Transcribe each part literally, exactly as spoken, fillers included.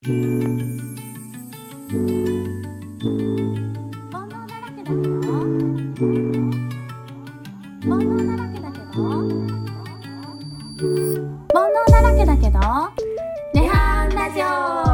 煩悩だらけだけど煩悩だらけだけど煩悩だらけだけどネハンラジオ。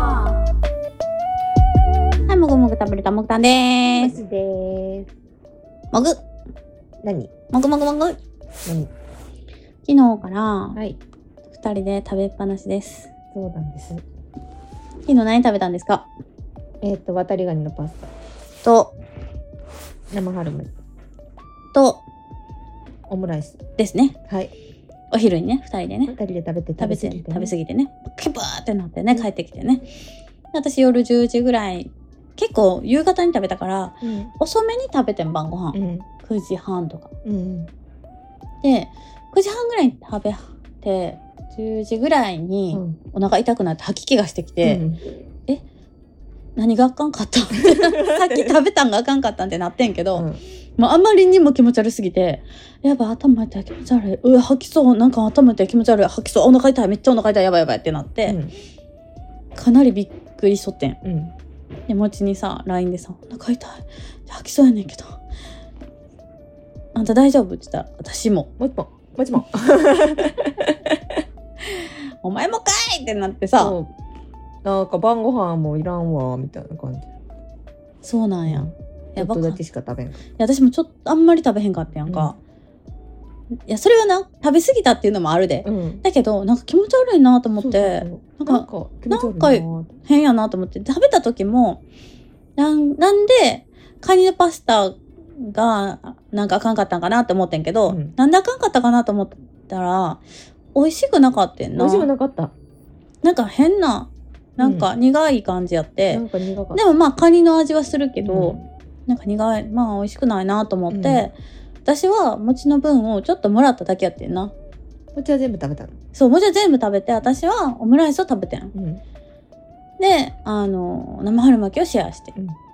はい、もぐもぐ食べれたもぐたんでーす。 でーす。 もぐ何もぐもぐもぐ。 何昨日からはいふたりで食べっぱなしです。 そうなんです。 昨日何食べたんですか？ えっ、ー、と渡りガニのパスタと生ハルムとオムライスですね。 はい。 お昼にねふたりでねふたりで食べて食べて食べ過ぎて、ね、 食べ過ぎてねキュバーってなってね帰ってきてね。私夜じゅうじぐらい結構夕方に食べたから、 うん、 遅めに食べてん晩ご飯、 うん、 くじはんとか、 うん、 でくじはんぐらいに食べてじゅうじぐらいにお腹痛くなって吐き気がしてきて、 うん、 え何があかんかったさっき食べたんがあかんかったんってなってんけど、うん、もうあまりにも気持ち悪すぎてやばい頭痛い気持ち悪いうわ吐きそうなんか頭痛い気持ち悪い吐きそうお腹痛いめっちゃお腹痛いやばいやばいってなって、うん、かなりびっくりしとってん、うん、でもちにさ ライン でさお腹痛い吐きそうやねんけどあんた大丈夫って言ったら私ももちももちもお前もかいってなってさ、うん、 なんか晩ご飯もいらんわみたいな感じ。 そうなんや、うん、 ちょっとだけしか食べんか。いや私もちょっとあんまり食べへんかったやんか、うん、いやそれはな食べ過ぎたっていうのもあるで、うん、だけどなんか気持ち悪いなと思って、そうそうそうなんかなんか変やなと思って食べた時もなんなんでカニのパスタがなんかあかんかったんかなって思ってんけど、うん、なんであかんかったかなと思ったら美味しくなかったんな。 美味しくなかった。 なんか変ななんか苦い感じやって、うん、 なんか苦かった。 でもまあカニの味はするけど、うん、なんか苦いまあ美味しくないなと思って、うん、私は餅の分をちょっともらっただけやってんな。 餅は全部食べたの？そう餅は全部食べて私はオムライスを食べてん、うん、であの生春巻きをシェアして、うん、で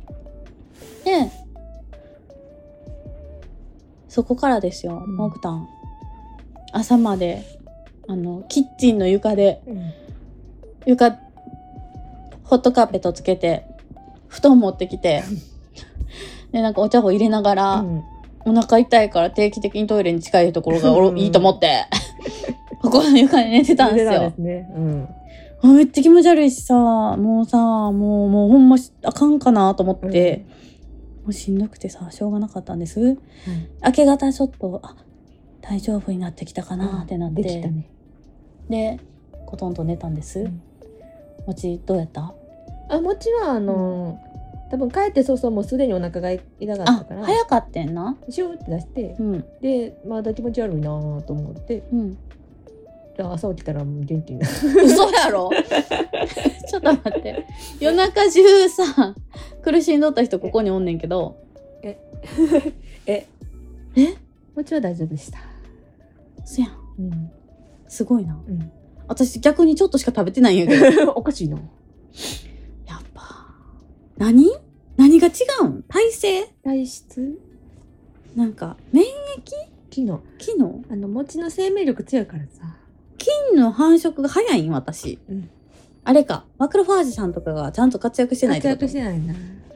そこからですよ、うん、モグタン朝まであのキッチンの床で、うん、床ホットカーペットつけて布団持ってきてでなんかお茶を入れながら、うん、お腹痛いから定期的にトイレに近いところがいいと思ってここの床で寝てたんですよ。 ですね、うん、 めっちゃ気持ち悪いしさもうさもうもうほんまあかんかなと思って、うん、もうしんどくてさしょうがなかったんです、うん、明け方ちょっとあ大丈夫になってきたかなってなって、うん、できたね。でコトンと寝たんです、うん、もちどうやった？ あもちはあのーうん、多分帰ってそうそうもうすでにお腹が痛かったから早かったんなシューって出して、うん、でまだ気持ち悪いなと思って、うん、じゃあ朝起きたらもう元気になる嘘やろちょっと待って夜中中さ苦しんどった人ここにおんねんけどえええもちは大丈夫でした。 そやん、うん、すごいな、うん、私逆にちょっとしか食べてないんやけどおかしいな。 やっぱ何何が違うん？体勢？ 体質？ なんか免疫？ 機能機能？ あの餅の生命力強いからさ菌の繁殖が早いん私、うん、あれかマクロファージさんとかがちゃんと活躍してないってこと？ 活躍してないな。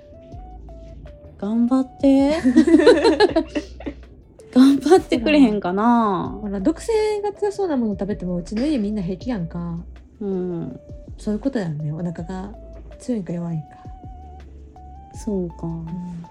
頑張って頑張ってくれへんかな。 ほら毒性が強そうなもの食べてもうちの家みんな平気やんか。うん。そういうことだよね。お腹が強いか弱いか。 そうか、うん、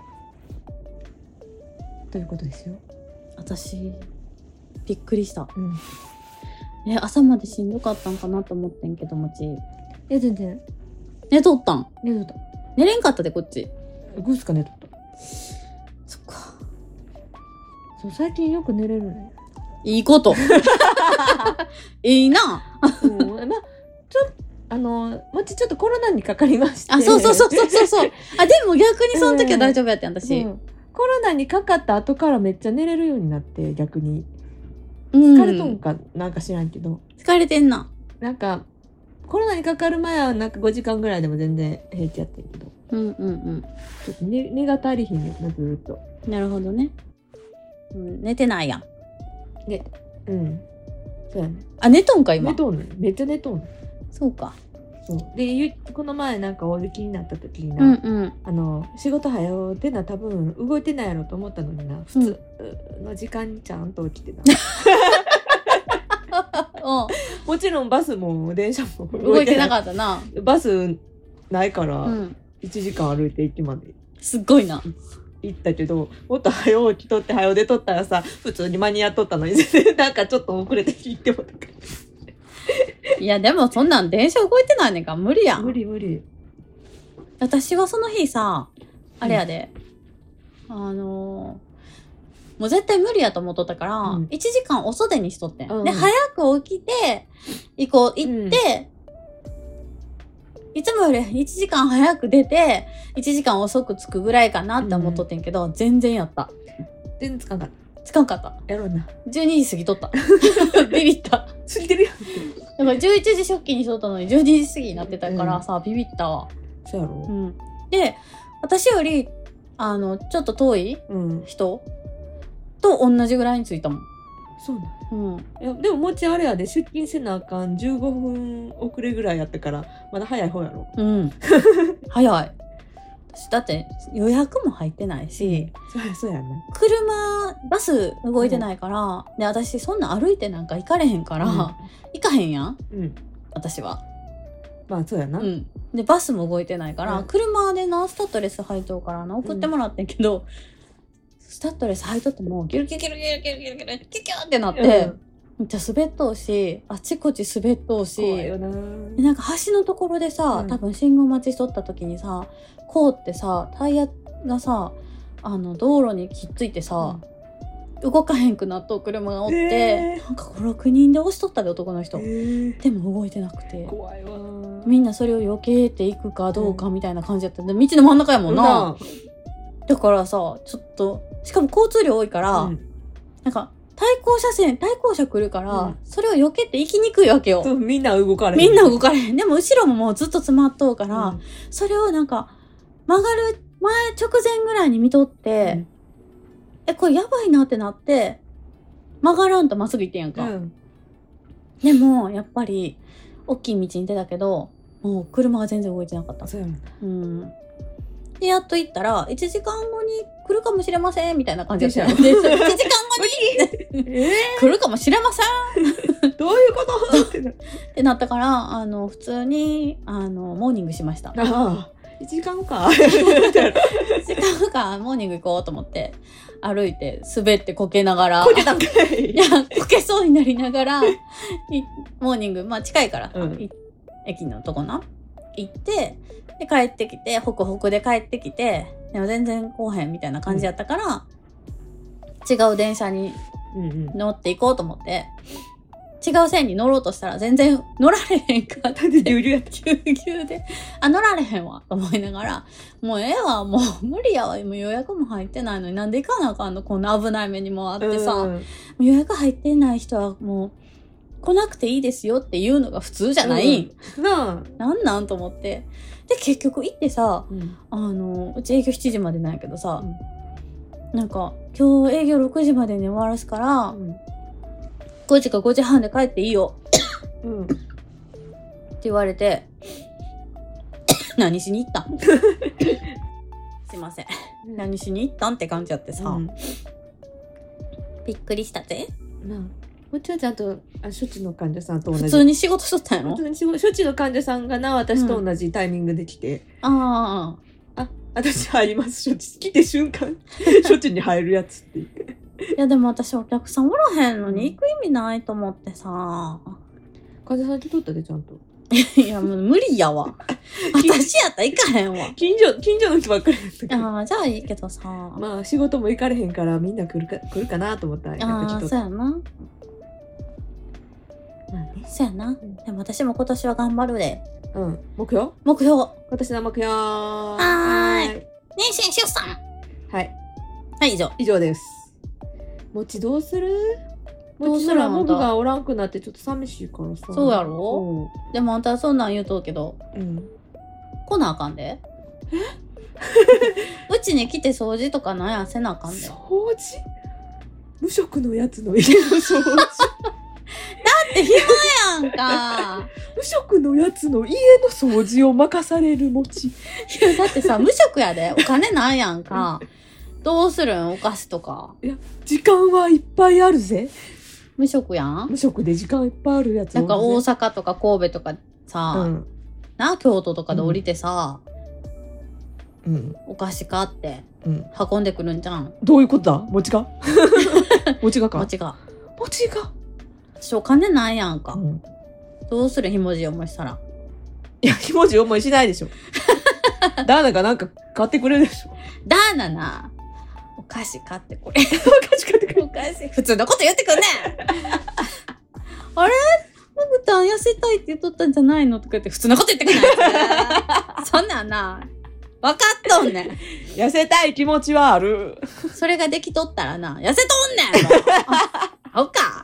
ということですよ。 私びっくりした、うん、え朝までしんどかったんかなと思ってんけどもちえ全然寝とったん？ 寝とった。 寝れんかったでこっちグースか寝とった。 そっかそう最近よく寝れるね。 いいこといいな、 うんまあ、ちょあのもちちょっとコロナにかかりまして。 あそうそうそうそうそうそうあでも逆にその時は大丈夫やってん私、うん、 コロナにかかった後からめっちゃ寝れるようになって逆に疲れとんかなんか知らんけど、うん、 疲れてんな。 なんかコロナにかかる前はなんかごじかんぐらいでも全然平気やってんけど、 うんうんうん、 ちょっと 寝, 寝が足りひんねんなずっと。 なるほどね、うん、寝てないやん。 ね、うん、そうやね。 あ寝とんか今。 寝とんねんめっちゃ寝とんねん。 そうか。 そうでゆこの前なんか大雪になった時にな、 うんうん、 あの仕事早う出な多分動いてないやろと思ったのにな、普通の時間にちゃんと起きてた、 うん、 もちろんバスも電車も動いてなかったな。 バスないから、 うん、 いちじかん歩いて駅まですっごいな。 行ったけど、もっと早う起きとって早う出とったらさ、普通に間に合っとったのになんかちょっと遅れて行ってもらった。 いやでもそんなん電車動いてないねんから無理やん。 無理無理。 私はその日さ、あれやで、うん、あのー、もう絶対無理やと思っとったから、うん、いちじかんお袖にしとってん、うん、で早く起きて行こう行って、うん、いつもよりいちじかん早く出ていちじかん遅く着くぐらいかなって思っとってんけど、うん、全然やった。 全然つかんかった。 つかんかった。 やろうな。 じゅうにじ過ぎとった。ビビった。 過ぎてるやん。 だからじゅういちじ出勤にしとったのにじゅうにじ過ぎになってたからさ、うん、ビビったわ。 そうやろ、 うん、で私よりあのちょっと遠い人、うん、と同じぐらいに着いたもん。 そうなん、うん、いやでももちあれやで、出勤せなあかんじゅうごふん遅れぐらいやったからまだ早い方やろ。うん早い。私だって予約も入ってないし、 うん、そうやな、 車バス動いてないから、うん、で私そんな歩いてなんか行かれへんから、うん、行かへんやん、うん、私は。 まあそうやな、うん、 でバスも動いてないから、うん、車でなスタッドレス履いとうからな送ってもらってんけど、うん、スタッドレス履いとってもギュルギュルギュルギュルギュルギュルギュルキュキュってなって、うん、めっちゃ滑っとうし、あちこち滑っとうし、怖いよな。でなんか橋のところでさ、うん、多分信号待ちしとった時にさ、こうってさタイヤがさあの道路にきっついてさ、うん、動かへんくなっとう車がおって、えー、なんかごろくにんで押しとったで男の人、えー、でも動いてなくて怖いわ。 みんなそれを避けていくかどうかみたいな感じだったんで、道の真ん中やもんな、うん、だからさちょっとしかも交通量多いから、うん、なんか対向車線対向車来るから、うん、それを避けて行きにくいわけよ。 そうみんな動かれへん。 みんな動かれへん。でも後ろももうずっと詰まっとうから、うん、それをなんか曲がる前直前ぐらいに見とって、うん、えこれやばいなってなって曲がらんとまっすぐ行ってんやんか、うん、でもやっぱり大きい道に出たけどもう車が全然動いてなかった。 そうやうん、でやっと行ったらいちじかんごに来るかもしれませんみたいな感じだったよ。いちじかんごに来るかもしれませんどういうことってなったからあの普通にあのモーニングしました。 ああいちじかんかいちじかんかモーニング行こうと思って歩いて滑ってこけながらこけたんかいいやこけそうになりながらモーニングまあ近いから、うん、駅のとこな行ってで帰ってきてホクホクで帰ってきてでも全然来おへんみたいな感じやったから、うん、違う電車に乗っていこうと思って、違う線に乗ろうとしたら全然乗られへんかってぎゅうぎゅうやったぎゅうぎゅうであ乗られへんわと思いながらもうええわもう無理やわ今予約も入ってないのになんで行かなあかんのこんな危ない目にもあってさ、うん、予約入ってない人はもう来なくていいですよっていうのが普通じゃない、うん、なあなんなんと思ってで結局行ってさ、うん、あのうち営業しちじまでなんやけどさ、うん、なんか今日営業ろくじまでに終わらすから、うん、ごじかごじはんで帰っていいよ、うん、って言われて何しに行ったんすいません、うん、何しに行ったんって感じやってさ、うん、びっくりしたぜなあもちろんちゃんとあ処置の患者さんと同じ普通に仕事しとったんやろ。 普通に仕事処置の患者さんがな私と同じタイミングで来て、 うん、あああ私入ります処置来て瞬間処置に入るやつって言っていやでも私お客さんおらへんのに行く意味ないと思ってさ患者さん来とったでちゃんといやもう無理やわ私やったら行かへんわ近所近所の人ばっかりやったからああじゃあいいけどさまあ仕事も行かれへんからみんな来るか来るかなと思ったらああそうやなまあね、そうやな、うん、でも私も今年は頑張るで。 うん。目標？ 目標。今年の目標。はーい。妊娠出産。 はい。 はい以上。 以上です。もちどうする？ どうする？ 僕がおらんくなってちょっと寂しいからさ。 そうやろ？うん、でもあんたそんなん言うとうけど。うん。来なあかんで。うちに来て掃除とかなんやせなあかんで。 掃除？無職のやつの家の掃除。 だってえ、暇やんか。 無職のやつの家の掃除を任される餅。いや、だってさ、無職やで。お金ないやんか。どうするんお菓子とか。 いや、時間はいっぱいあるぜ。 無職やん。 無職で時間いっぱいあるやつ。 なんか大阪とか神戸とかさ、うん、な、京都とかで降りてさ、うん、お菓子買って、うん、運んでくるんじゃん。 どういうことだ餅が餅がか餅が。 餅が私お金ないやんか。うん、どうするひもじい思いしたら。 いや、ひもじい思いしないでしょ。ダーナがなんか買ってくれるでしょ。 ダーナな。お菓子買ってこれ。お菓子買ってくれ。お菓子。普通のこと言ってくんねん。あれもぐたん痩せたいって言っとったんじゃないのとか言って普通のこと言ってくんないそんなんな。分かっとんねん。 痩せたい気持ちはある。 それができとったらな、痩せとんねん。あっか。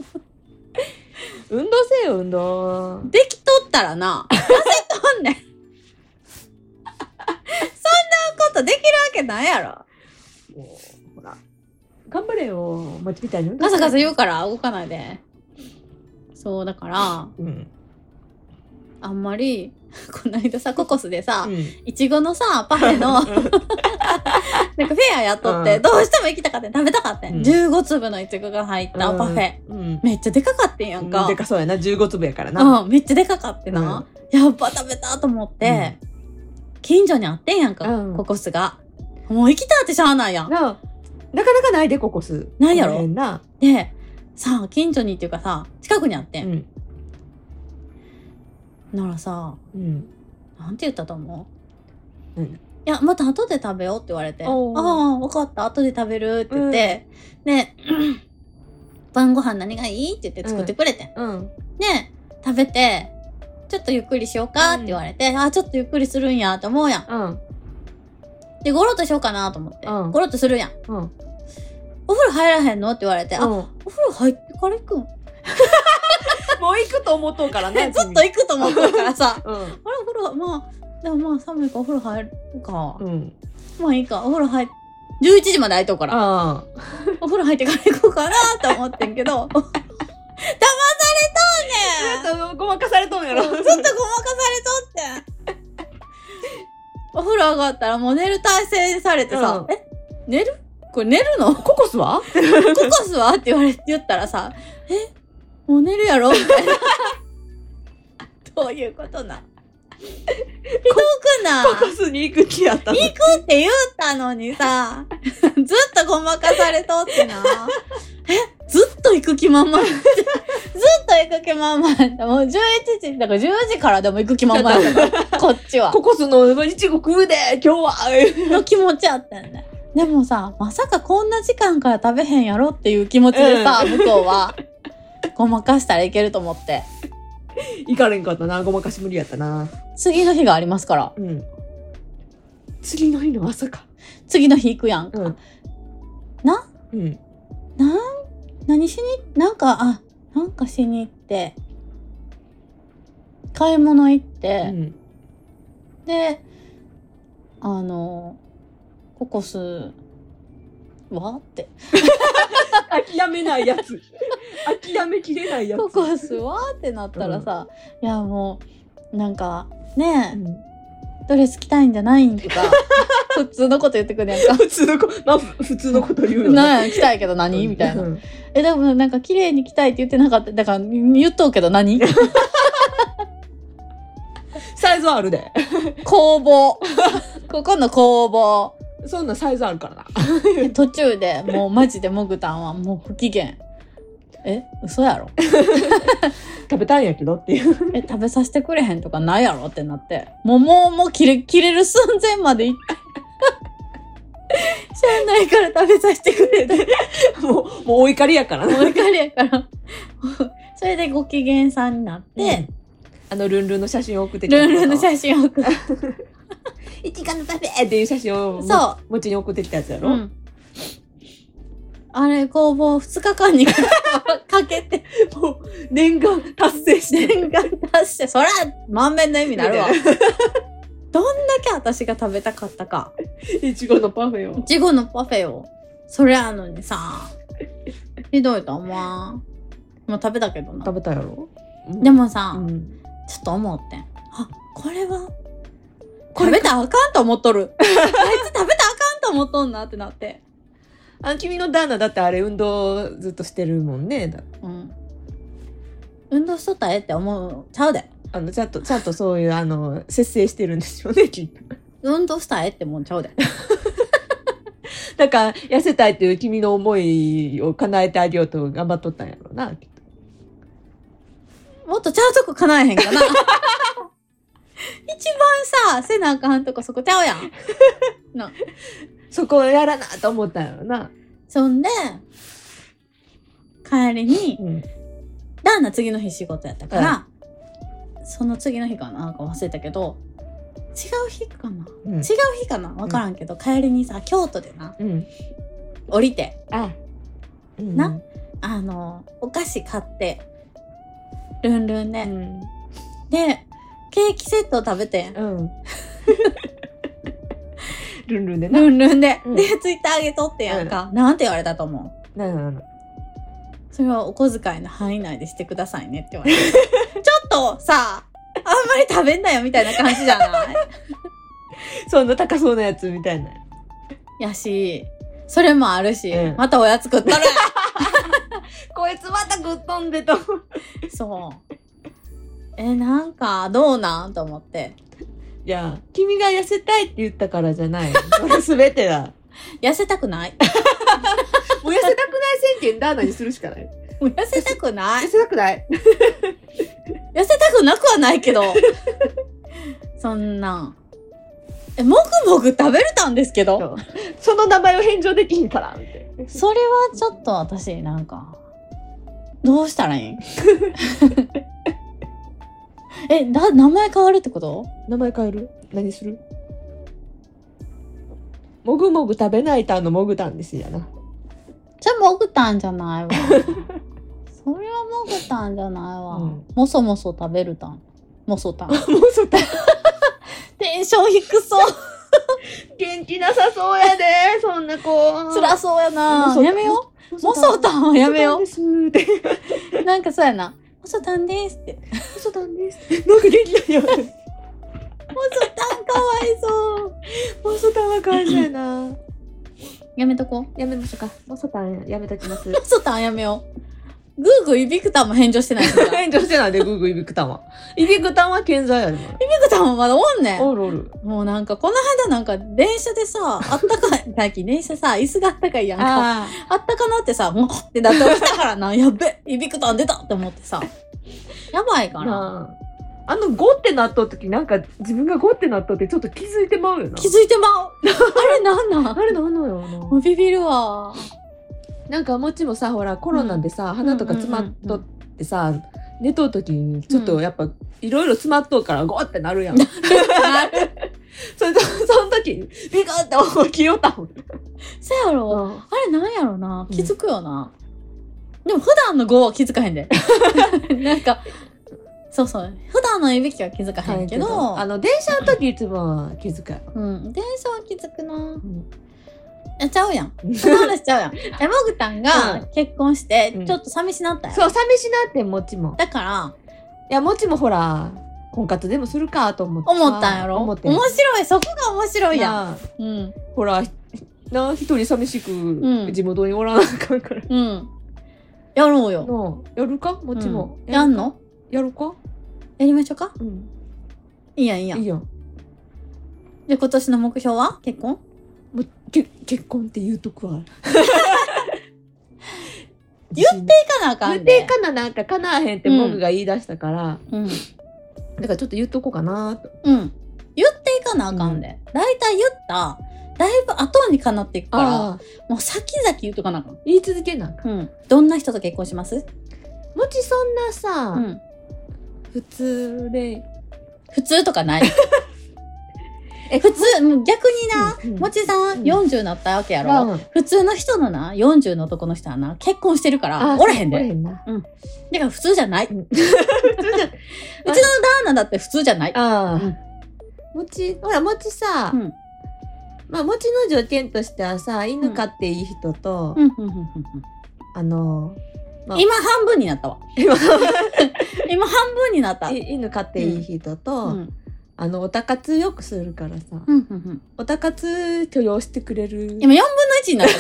運動せよ、運動。 できとったらな、痩せとんねん。そんなことできるわけないやろ。 もうほら頑張れよ、町みたいにガサガサ言うから動かないで。そうだから、うん、あんまりこの間さココスでさ、うん、いちごのさパフェのなんかフェアやっとって、うん、どうしても行きたかった食べたかったん、うん、じゅうごつぶのいちごが入ったパフェ、うんうん、めっちゃでかかってんやんか、 うん、でかそうやな、じゅうごつぶやからな、 うん、めっちゃでかかってな、うん、やっぱ食べたと思って、うん、近所にあってんやんか、うん、ココスがもう行きたってしゃあないやん。 な, なかなかないでココス。 ないやろ。なで、さあ近所にっていうかさ近くにあってん。うん、ならさ、うん、なんて言ったと思う？うん、いやまた後で食べようって言われて、ああ分かった後で食べるって言って、うん、で晩ご飯何がいいって言って作ってくれて、うん、で食べてちょっとゆっくりしようかって言われて、うん、あちょっとゆっくりするんやって思うやん。うんで、ゴロッとしようかなと思って。うん、ゴロッとするやん。うん、お風呂入らへんのって言われて、うん、あ、お風呂入ってから行くんもう行くと思っとうからね。 ずっと行くと思っとうからさ。うん、あれ、お風呂、まあ、でもまあ寒いからお風呂入るか。うん、まあいいか、お風呂入っ、じゅういちじまで空いとうから。お風呂入ってから行こうかなと思ってんけど、騙されとんねん。 ごまかされとんやろ。 ずっとごまかされとって。お風呂上がったらもう寝る体勢されてさ、うん、え寝るこれ寝るのココスはココスはって言われて言ったらさ、えもう寝るやろみたいな。どういうことな。ひどくな。 ココスに行く気やったの。 行くって言ったのにさ、ずっとごまかされとってな。えずっと行く気満々。ずっと行く気満々。もうじゅういちじ、だからじゅうじからでも行く気満々だから、こっちは。 ココスのいちご食うで、今日は。 の気持ちあったんだ。でもさ、まさかこんな時間から食べへんやろっていう気持ちでさ、うん、向こうは、ごまかしたらいけると思って。 行かれんかったな、ごまかし無理やったな。 次の日がありますから。うん。 次の日の朝か。 次の日行くやんか。うん、なうん。なん何しになんかあなんかしに行って買い物行って、うん、であのココスはって諦めないやつ諦めきれないやつココスはってなったらさ、うん、いやもうなんかねえ、うん、ドレス着たいんじゃないんとか普通のこと言ってくるやんか。 普通のこ、まあ、普通のこと言うよね。 なんや着たいけど何みたいな。えでもなんか綺麗に着たいって言ってなかった。だから言っとうけど何？ サイズはあるで。 工房。ここの工房。 そんなサイズあるからな。 途中でもうマジでもぐたんはもう不機嫌。え嘘やろ。 食べたいんやけどっていう。 え食べさせてくれへんとかないやろってなって。もうもうもう切れ切れる寸前まで行って。しゃあないから食べさせてくれて。 もう、もうお怒りやからな。お怒りやから。それでご機嫌さんになって、うん、 あのルンルンの写真を送ってきた。 ルンルンの写真を送って。 いちごのパフェっていう写真をそうもちに送ってきたやつやろ、うん、 あれ工房ふつかかんにかけてもう念願達成して念願達成そりゃ満面の意味になるわ。どんだけ私が食べたかったか。 いちごのパフェをいちごのパフェをそりゃあのにさひどいと思わん。 もう食べたけどな。 食べたやろ。 でもさ、 うん、 ちょっと思ってん。あ、これは食べたらあかんと思っとる。あいつ食べたらあかんと思っとんなってなって。 あ、君の旦那だってあれ運動ずっとしてるもんね。だうん。運動しとったらええって思うちゃうで。 あのちゃんとちゃんとそういうあの節制してるんですよね。きっと。 運動したらええって思うちゃうで。 だから痩せたいっていう君の思いを叶えてあげようと頑張っとったんやろうな。きっともっとちゃうとこ叶えへんかな。一番さ、せなあかんとこそこちゃうやん。な。 そこをやらなと思ったんやろうな。 そんで、帰りに、 うん、 旦那次の日仕事やったから、うん、その次の日かななんか忘れたけど、違う日かな、うん、違う日かな分からんけど、うん、帰りにさ、京都でな、うん、降りて、あ、うん、な、あの、お菓子買って、ルンルンで、うん、で、ケーキセットを食べて、うん、 ルンルンでな。 ルンルンで、うん、で、ツイッター上げとってやんか、うん、なんて言われたと思う？なるほど。それはお小遣いの範囲内でしてくださいねって言われて。ちょっとさ、あんまり食べんなよみたいな感じじゃない？ そんな高そうなやつみたいな。 やし、それもあるし、うん、またおやつ食ったらこいつまた食っとんでと。 そう。え、なんかどうなんと思って。 いや、君が痩せたいって言ったからじゃない。これ全てだ。 痩せたくない。 もう痩せたくない宣言ダーナにするしかない。 もう痩せたくない。 痩せたくない。 痩せたくなくはないけど。そんな。え、もぐもぐ食べれたんですけど。 その名前を返上できひんからみたいな。 それはちょっと私なんかどうしたらいいん？え、だ、名前変わるってこと？ 名前変える？何する？もぐもぐ食べないたんのもぐたんですやな。 じゃあもぐたんじゃないわ。それはもぐたんじゃないわ。うん、もそもそ食べるたん。もそたん。もそたん。テンション低そう。 元気なさそうやで、そんな子。 辛そうやな。やめよう。もそたんはやめよう。なんかそうやな。もそたんですって。 もそたんです。なんか元気だよ。もそたんかわいそう。 もそたんはかわいそうやな。 やめとこう。やめましょうか。もそたんやめときます。 もそたんやめよう。グーグーイビクタンも返事してない。 返事してないで、グーグーイビクタンは。イビクタンは健在やで。イビクタンはまだおんねん。 おるおる。 もうなんか、この間なんか、電車でさ、あったかい、最近電車さ、椅子があったかいやんか。あ, あったかなってさ、もうってなって起きたからな、やっべ、イビクタン出たって思ってさ。やばいかな。 あのゴってなっとった時なんか自分がゴってなっとってちょっと気づいてまうよな。 気づいてまう。あれなんなん？ あれなんのよな。 もうビビるわ。 なんかもちもさほらコロナでさ、うん、鼻とか詰まっとってさ、うんうんうん、寝とう時にちょっとやっぱいろいろ詰まっとうからゴってなるやん。それとその時にビカって起きよったもん。 そやろ、うん、あれなんやろな、気づくよな。うん、でも普段のゴは気づかへんで。なんか。そうそう。普段のいびきは気づかへんけど、 はい、あの電車の時いつも気づくやろ。 うん、電車は気づくな。うん、やっちゃうやん。その話しちゃうやん。え、もぐたんが結婚してちょっと寂しなったやん。 そう、寂しなってんもちも。 だから、 いやもちもほら婚活でもするかと思って思ったんやろ。思って面白い、そこが面白いやん。 うん。ほらな一人寂しく地元におらなあかんから。 うん。やろうよ。 やるかもちも。 やんの？ やるか？ やりましょうか。うん。いいやんいいやん。 いいやん。 で今年の目標は結婚？ もけ結婚って言うとくわ。 言っていかなあかんで。言っていかななんかかなわへんって僕が言い出したから、うん、うん、だからちょっと言っとこうかなと。 うん。言っていかなあかんで。だいたい言っただいぶ後にかなっていくから、もう先々言うとかなあかん。 言い続けなあかん。 うん。どんな人と結婚します？ もちそんなさ。うん。普通で普通とかない。え普通逆にな、うんうん、もちさんよんじゅうになったわけやろ、うん、普通の人のなよんじゅうの男の人はな結婚してるからおらへんで。おらへんな。うん。だから普通じゃない。うん、普通じゃうちの旦那だって普通じゃない。ああ。 うん、もちほらもちさ、うん、まあもちの条件としてはさ犬飼っていい人と、うん、あのまあ、 今半分になったわ。 今今半分になった。 い犬飼っていい人と、 うん。 あのオタ活よくするからさ、 うんうんうん。 オタ活許容してくれる。 今よんぶんのいちになった。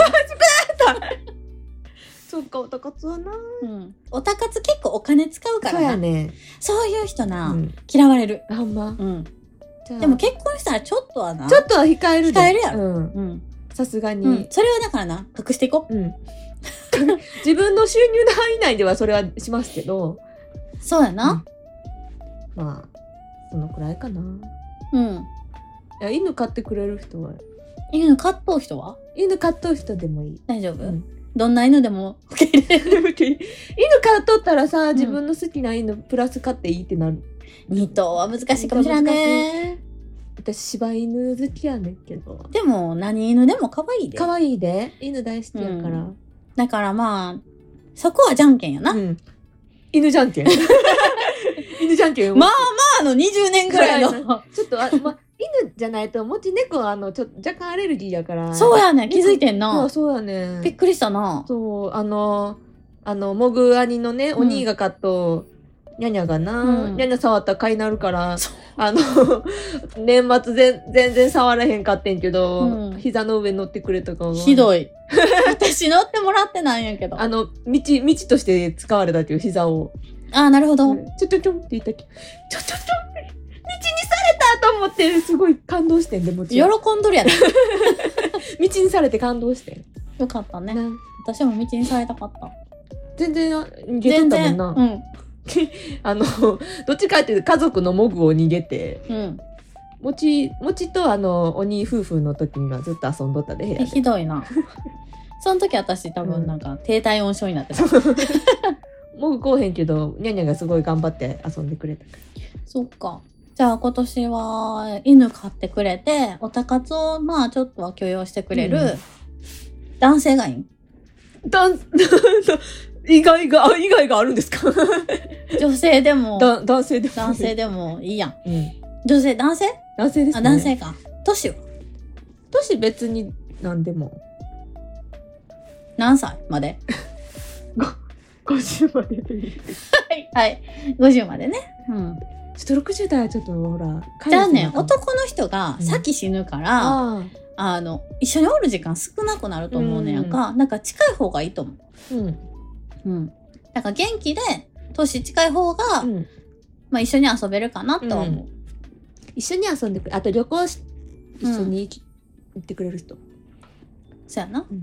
そっか、オタ活はな。 うん。オタ活結構お金使うからそうな。 やね。 そういう人な、 うん、 嫌われる。 あんま。 うん。 じゃあでも結婚したらちょっとはな。 ちょっとは控えるで。 控えるやろ。 うん。 うん。 さすがに、 うん。それはだからな、隠していこう。 うん。自分の収入の範囲内ではそれはしますけど。 そうやな。 うん、まあ、そのくらいかな。 うん。 いや、犬飼ってくれる人は。 犬飼っとう人は犬飼っとう人でもいい。 大丈夫、 うん、 どんな犬でも受け入れる。 犬飼っとったらさ、自分の好きな犬プラス飼っていいってなる。 に頭は難しいかもしれんね。 私柴犬好きやねんけど。 でも何犬でも可愛いで。 可愛いで。犬大好きやから。うん、 だからまあそこはじゃんけんやな。うん、 犬じゃんけん。犬じゃんけん。 まあまあのにじゅうねんぐらいの。 ちょっとあ、ま、犬じゃないともち猫はあのちょっと若干アレルギーやから。 そうやね、気づいてんな。 そうそうやね。 びっくりしたな。 そうあのあのモグ兄のね、お兄が飼っと、うんニャニャがな、うん、ニャニャ触ったら蚊になるから、あの、年末全全然触らへんかってんけど、うん、膝の上乗ってくれとか。 ひどい。私乗ってもらってないんやけど。 あの、道、道として使われたっていう膝を。 ああ、なるほど。 ちょちょちょって言ったっけ。ちょちょちょ道にされたと思って、すごい感動してんで、もちろん。 喜んどるやね。 道にされて感動してん。 よかったね。私も道にされたかった。 全然逃げとったもんな。うん。あのどっちかっていうと家族のモグを逃げて、うん、もちもちとあの鬼夫婦の時にはずっと遊んどったで部屋で。 ひどいな。その時私多分なんか、うん、低体温症になってた。 モグこうへんけどニャニャがすごい頑張って遊んでくれたから。 そっか。じゃあ今年は犬飼ってくれてオタ活をまあちょっとは許容してくれる、うん、男性がいいん？ 男意外が、意外があるんですか？ 女性でも。 だ男性でも。 男性でもいいやん。 うん、 女性、男性男性ですね。 あ、男性か。年は年別に何でも。 何歳までごじゅうまででいい。 はい。はい。ごじゅうまでね。うん。 ちょっとろくじゅう代はちょっとほら。 じゃあね、男の人が先死ぬから、うん、あ, あの、一緒におる時間少なくなると思うねやんか。うん、なんか近い方がいいと思う。うん。うん、だから元気で年近い方が、うん、まあ、一緒に遊べるかなとは思う、うん、 一緒に遊んでくれあと旅行し一緒に行ってくれる人、うん、 そうやな、うん、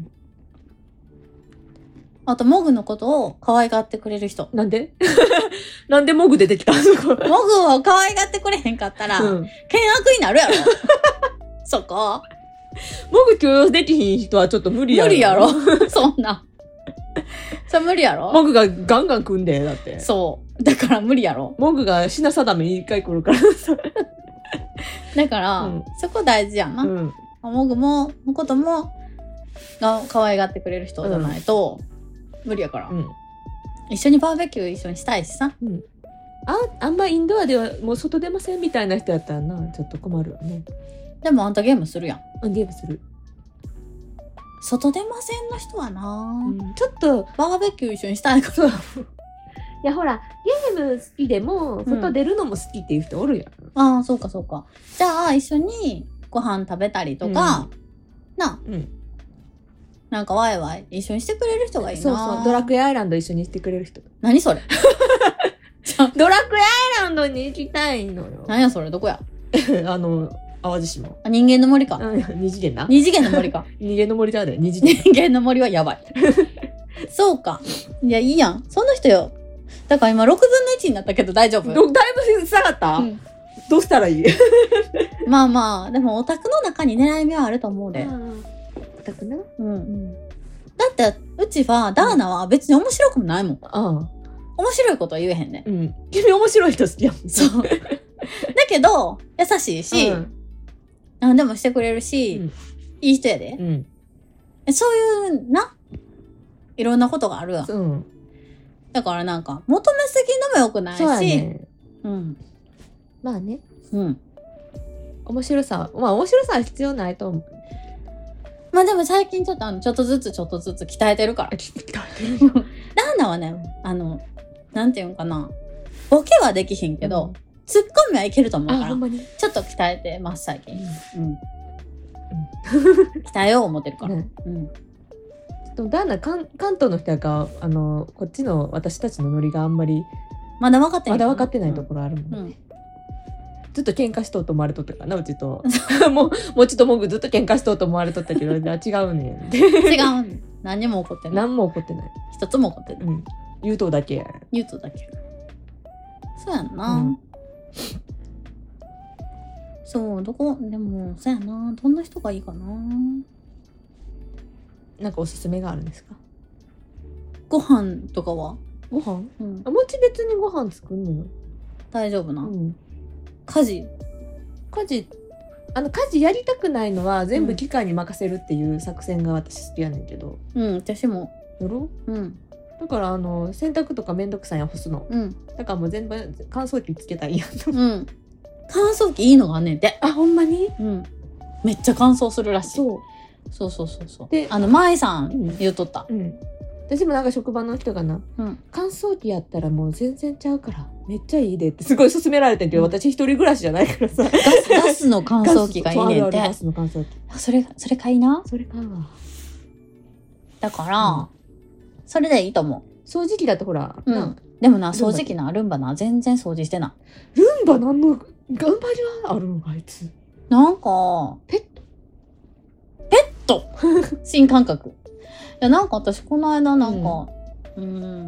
あとモグのことを可愛がってくれる人。 なんでなんでモグ出てきたモグを可愛がってくれへんかったら、うん、険悪になるやろそこモグ許容できひん人はちょっと無理やろ無理やろそんなそれ無理やろ。 モグがガンガン来んでだって。 そうだから無理やろ。 モグが品定めに一回来るからだから、うん、そこ大事やな、うん、モグものこともが可愛がってくれる人じゃないと、うん、無理やから、うん、一緒にバーベキュー一緒にしたいしさ、うん、 あ, あんまインドアではもう外出ませんみたいな人やったらなちょっと困るよね。 でもあんたゲームするやん。 ゲームする。 外出ませんの人はな、 うん、ちょっとバーベキュー一緒にしたいからいやほらゲーム好きでも外出るのも好きっていう人おるやん、 うん、ああそうかそうか。じゃあ一緒にご飯食べたりとか、うん、な、うん、なんかワイワイ一緒にしてくれる人がいいな。 そうそうドラクエアイランド一緒にしてくれる人。 何それドラクエアイランドに行きたいのよ。 何やそれどこやあの淡路島。 あ、人間の森か。 二次元な。 二次元の森か。 人間の森だね。二次元。 人間の森はやばい。そうか。いや、いいやん。その人よ。だから今ろくぶんのいちになったけど大丈夫？ だいぶ下がった、うん、どうしたらいいまあまあ、でもオタクの中に狙い目はあると思うで。 オタクな、 うん、うん。だって、うちは、ダーナは別に面白くもないもん。ああ。面白いことは言えへんね。 うん。君面白い人好きやもん。 そう。だけど、優しいし、うん、何でもしてくれるし、うん、いい人やで、うん。そういうな、いろんなことがあるわ。うん。だからなんか、求めすぎのも良くないし、そうね、うん。 まあね。うん。面白さは、まあ面白さは必要ないと思う。 まあでも最近ちょっとあのちょっとずつちょっとずつ鍛えてるから。 鍛えてる。 ダーナはね、あのなんていうんかな、ボケはできひんけど、うん、ツッコミはいけると思うから、ちょっと鍛えてます最近。うん。うん、鍛えよう思ってるから。ね、うん。 でもダーナ関関東の人やからあのこっちの私たちのノリがあんまりまだ分かってない。 まだ分かってないところあるもんね。うんうん、ずっと喧嘩しとうと思われとったかな、うちともうもちともぐずっと喧嘩しとうと思われとったけど違うねん。 違う。何にも起こってない。 何も起こってない。 一つも起こってない。うん、 言うとうだけや。 言うとうだけ。そうやんな。うん、そうどこでもそうやな。どんな人がいいかな。 なんかおすすめがあるんですか？ ご飯とかは？ ご飯？うん。あ、もち別にご飯作んのよ。 大丈夫な。うん。家事？ 家事、あの家事やりたくないのは全部機械に任せるっていう作戦が私好きやねんけど。 うん、私も。 やろう？うん。だからあの洗濯とかめんどくさいや干すの。うん。だからもう全部乾燥機つけたらいいやんと。うん。 乾燥機いいのがあんねんて。 あ、ほんまに？ うん。めっちゃ乾燥するらしい。そう。そうそうそうそう。で、あの前さん言うとった。うん。うん、 私もなんか職場の人がな、うん、乾燥機やったらもう全然ちゃうからめっちゃいいでってすごい勧められてんけど、うん、私一人暮らしじゃないからさ、 ガス、ガスの乾燥機がいいねんて。 ガスの乾燥機。 それそれ買いな。 それ買うわ。 だから、うん、それでいいと思う。 掃除機だとほら、 うん、でもな掃除機なルンバな全然掃除してない。 ルンバなんの頑張りはあるのあいつ。 なんかペットペット新感覚。いやなんか私この間なんかうん、うん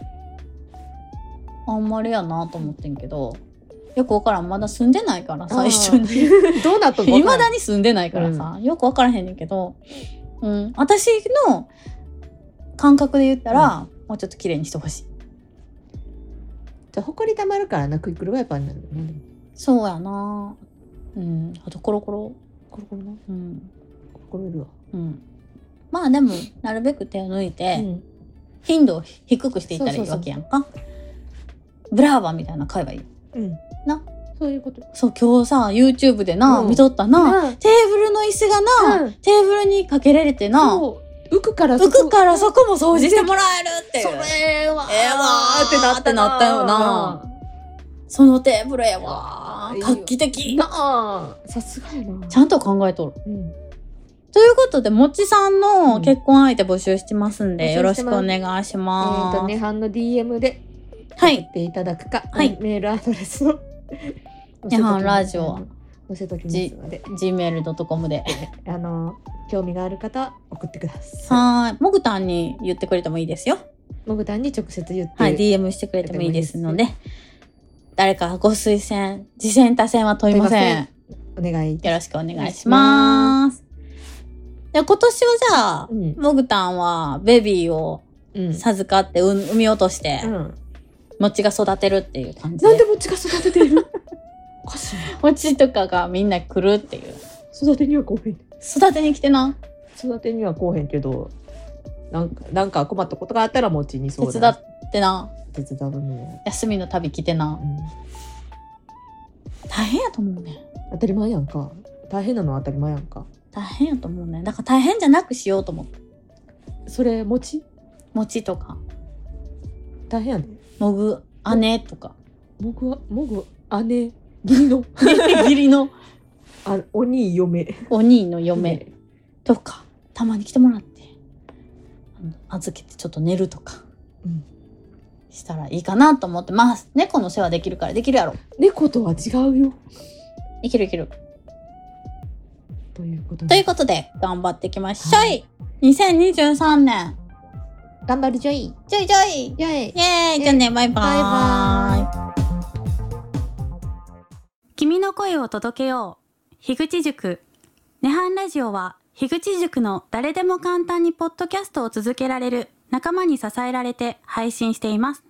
あんまりやなと思ってんけど、よくわからん、まだ住んでないからさ一緒にどうなっとん未だに住んでないからさ、うん、よくわからへんねんけど、うん、私の感覚で言ったら、うん、もうちょっと綺麗にしてほしい。 じゃあほこりたまるからなクイックルワイパーになるよね。 そうやな。うんあとコロコロコロコロな。 うんコロコロいるわ。 うんまあでもなるべく手を抜いて、うん、頻度を低くしていったらいいわけやんか。そうそうそうブラーバみたいな買えばいい、うん、なそういうこと。 そう今日さ YouTube でな、うん、見とったな、うん、テーブルの椅子がな、うん、テーブルにかけられてな浮くからそこ浮くからそこも掃除してもらえるっていう。 それはええわーってなってなったよな。そのテーブルやわ画期的なあ。さすがやな。 ちゃんと考えとる、うん、ということでもちさんの結婚相手募集してますんで、うん、よろしくお願いします。 えーとねはんの ディーエム で送っていただくか、はい、メールアドレスを日本ラジオ載せときますのでジーメールドットコム であの興味がある方は送ってください。 はいもぐたんに言ってくれてもいいですよ。 もぐたんに直接言って、 はい、ディーエム してくれてもいいですので、誰かご推薦次戦他戦は問いません。 お願いよろしくお願いします。で今年はじゃあ、うん、もぐたんはベビーを授かって、うん、産み落として、うんもちが育てるっていう感じで。 なんでもちが育ててるおかしいな。 もちとかがみんな来るっていう。 育てには来へん。 育てに来てな。 育てには来へんけど、なんかなんか困ったことがあったらもちに相談手伝ってな。 手伝うね。 休みの旅来てな。うん、大変やと思うね。 当たり前やんか。大変なのは当たり前やんか。 大変やと思うね。だから大変じゃなくしようと思って。 それもち？ もちとか。 大変やね。 もぐ姉とかもぐはもぐ姉義理の義理のあお兄嫁お兄の嫁とかたまに来てもらって預けてちょっと寝るとか、うん、したらいいかなと思ってます。猫の世話できるからできるやろ。 猫とは違うよ。 いけるいけるということでということで頑張っていきましょう、はい、にせんにじゅうさんねん頑張るジョイジョイジョイイェイイェイじゃあねバイバイバイバイ。君の声を届けよう樋口塾。ネハンラジオは樋口塾の誰でも簡単にポッドキャストを続けられる仲間に支えられて配信しています。